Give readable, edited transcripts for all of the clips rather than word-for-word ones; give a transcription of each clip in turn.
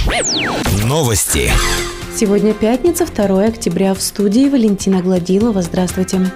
Новости. Сегодня пятница, 2 октября. В студии Валентина Гладилова. Здравствуйте.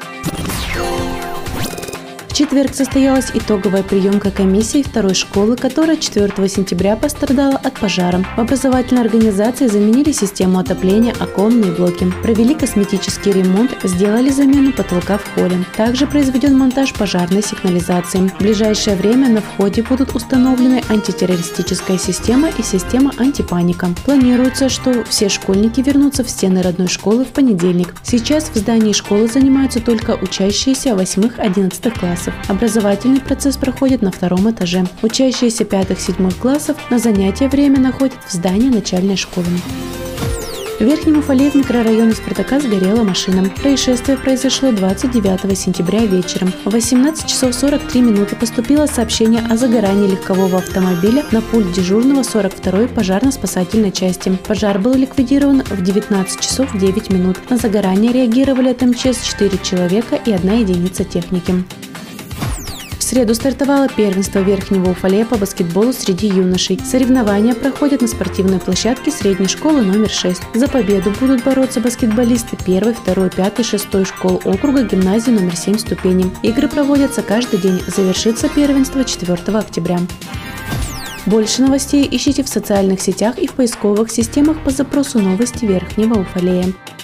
В четверг состоялась итоговая приемка комиссии второй школы, которая 4 сентября пострадала от пожара. В образовательной организации заменили систему отопления, оконные блоки, провели косметический ремонт, сделали замену потолка в холле. Также произведен монтаж пожарной сигнализации. В ближайшее время на входе будут установлены антитеррористическая система и система антипаника. Планируется, что все школьники вернутся в стены родной школы в понедельник. Сейчас в здании школы занимаются только учащиеся 8-11 классов. Образовательный процесс проходит на 2-м этаже. Учащиеся 5-7 классов на занятия время находят в здании начальной школы. В Верхнем Уфалее в микрорайоне Спартака сгорела машина. Происшествие произошло 29 сентября вечером. В 18 часов 43 минуты поступило сообщение о загорании легкового автомобиля на пульт дежурного 42-й пожарно-спасательной части. Пожар был ликвидирован в 19 часов 9 минут. На загорание реагировали от МЧС 4 человека и 1 единица техники. В среду стартовало первенство Верхнего Уфалея по баскетболу среди юношей. Соревнования проходят на спортивной площадке средней школы номер 6. За победу будут бороться баскетболисты 1, 2, 5, 6 школ округа гимназии номер 7 ступени. Игры проводятся каждый день. Завершится первенство 4 октября. Больше новостей ищите в социальных сетях и в поисковых системах по запросу «Новости Верхнего Уфалея».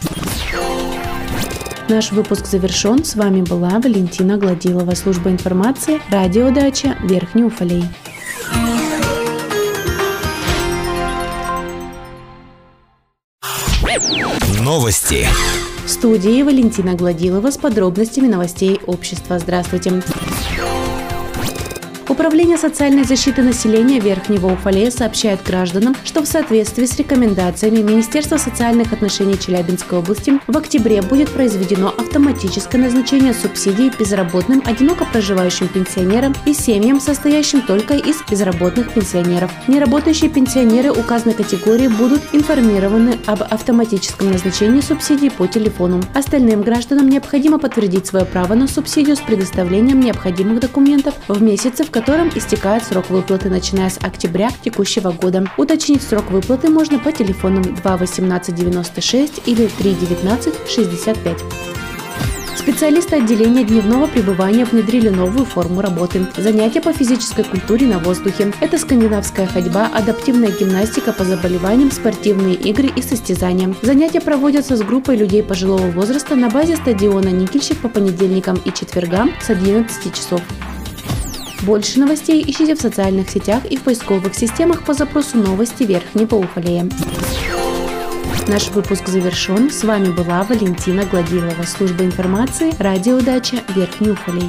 Наш выпуск завершен. С вами была Валентина Гладилова. Служба информации, радиодача Верхний Уфалей. Новости. В студии Валентина Гладилова с подробностями новостей общества. Здравствуйте. Управление социальной защиты населения Верхнего Уфалея сообщает гражданам, что в соответствии с рекомендациями Министерства социальных отношений Челябинской области в октябре будет произведено автоматическое назначение субсидий безработным, одиноко проживающим пенсионерам и семьям, состоящим только из безработных пенсионеров. Неработающие пенсионеры указанной категории будут информированы об автоматическом назначении субсидий по телефону. Остальным гражданам необходимо подтвердить свое право на субсидию с предоставлением необходимых документов в месяце, в котором истекает срок выплаты, начиная с октября текущего года. Уточнить срок выплаты можно по телефонам 2 18 96 или 3 19 65. Специалисты отделения дневного пребывания внедрили новую форму работы. Занятия по физической культуре на воздухе. Это скандинавская ходьба, адаптивная гимнастика по заболеваниям, спортивные игры и состязания. Занятия проводятся с группой людей пожилого возраста на базе стадиона «Никельщик» по понедельникам и четвергам с 11 часов. Больше новостей ищите в социальных сетях и в поисковых системах по запросу «Новости Верхнего Уфалея». Наш выпуск завершен. С вами была Валентина Гладилова. Служба информации, радиодача Верхний Уфалей.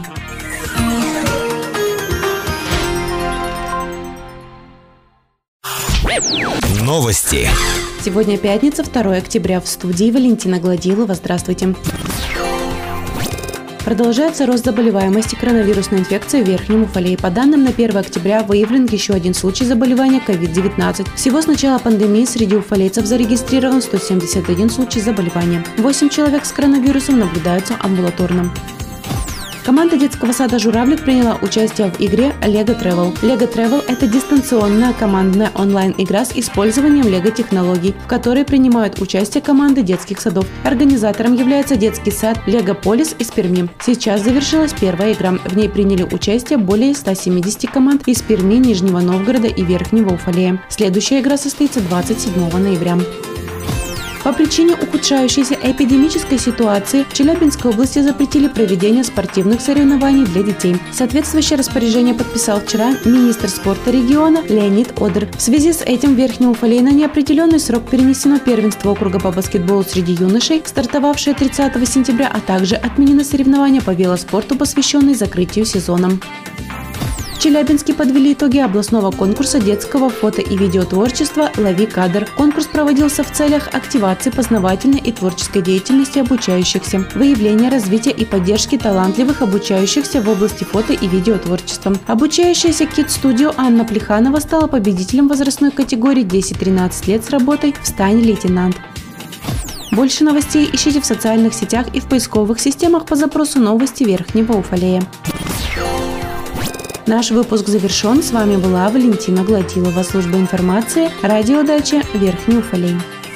Новости. Сегодня пятница, 2 октября. В студии Валентина Гладилова. Здравствуйте. Продолжается рост заболеваемости коронавирусной инфекцией в Верхнем Уфалее. По данным на 1 октября выявлен еще один случай заболевания COVID-19. Всего с начала пандемии среди уфалейцев зарегистрирован 171 случай заболевания. 8 человек с коронавирусом наблюдаются амбулаторно. Команда детского сада «Журавлик» приняла участие в игре «Лего Travel». «Лего Travel» – это дистанционная командная онлайн-игра с использованием лего-технологий, в которой принимают участие команды детских садов. Организатором является детский сад «Лего-Полис» из Перми. Сейчас завершилась первая игра. В ней приняли участие более 170 команд из Перми, Нижнего Новгорода и Верхнего Уфалея. Следующая игра состоится 27 ноября. По причине ухудшающейся эпидемической ситуации в Челябинской области запретили проведение спортивных соревнований для детей. Соответствующее распоряжение подписал вчера министр спорта региона Леонид Одер. В связи с этим в Верхнем Уфалее на неопределенный срок перенесено первенство округа по баскетболу среди юношей, стартовавшее 30 сентября, а также отменены соревнования по велоспорту, посвященные закрытию сезона. В Челябинске подвели итоги областного конкурса детского фото- и видеотворчества «Лови кадр». Конкурс проводился в целях активации познавательной и творческой деятельности обучающихся, выявления, развития и поддержки талантливых обучающихся в области фото- и видеотворчества. Обучающаяся Kids Studio Анна Плеханова стала победителем возрастной категории 10-13 лет с работой в стане лейтенант. Больше новостей ищите в социальных сетях и в поисковых системах по запросу «Новости Верхнего Уфалея». Наш выпуск завершен. С вами была Валентина Гладилова, служба информации, радиодача Верхний Уфалей.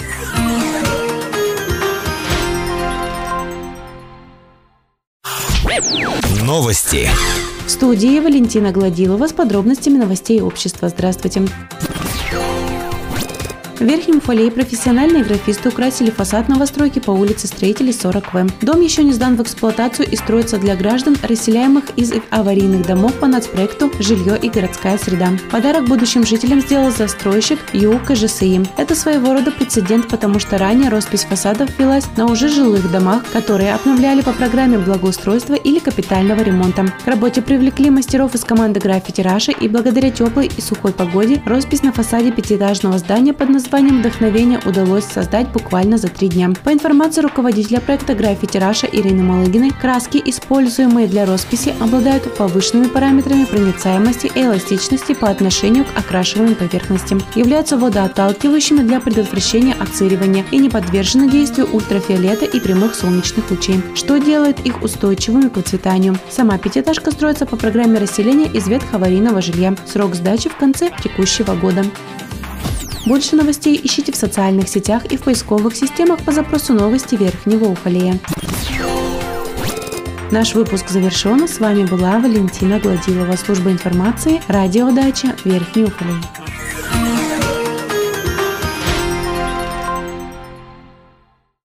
Новости. В студии Валентина Гладилова с подробностями новостей общества. Здравствуйте. В Верхнем Уфалее профессиональные графисты украсили фасад новостройки по улице Строителей 40В. Дом еще не сдан в эксплуатацию и строится для граждан, расселяемых из аварийных домов по нацпроекту «Жилье и городская среда». Подарок будущим жителям сделал застройщик ЮКЖСИ. Это своего рода прецедент, потому что ранее роспись фасадов велась на уже жилых домах, которые обновляли по программе благоустройства или капитального ремонта. К работе привлекли мастеров из команды «Граффити Раша», и благодаря теплой и сухой погоде роспись на фасаде пятиэтажного здания под названием «Вдохновение» удалось создать буквально за 3 дня. По информации руководителя проекта «Граффити Раша» Ирины Малыгиной, краски, используемые для росписи, обладают повышенными параметрами проницаемости и эластичности по отношению к окрашиваемым поверхностям, являются водоотталкивающими для предотвращения отсыривания и не подвержены действию ультрафиолета и прямых солнечных лучей, что делает их устойчивыми к выцветанию. Сама пятиэтажка строится по программе расселения из ветхоаварийного жилья. Срок сдачи в конце текущего года. Больше новостей ищите в социальных сетях и в поисковых системах по запросу «Новости Верхнего Уфалея». Наш выпуск завершен. С вами была Валентина Гладилова, служба информации, радиодача Верхний Уфалей.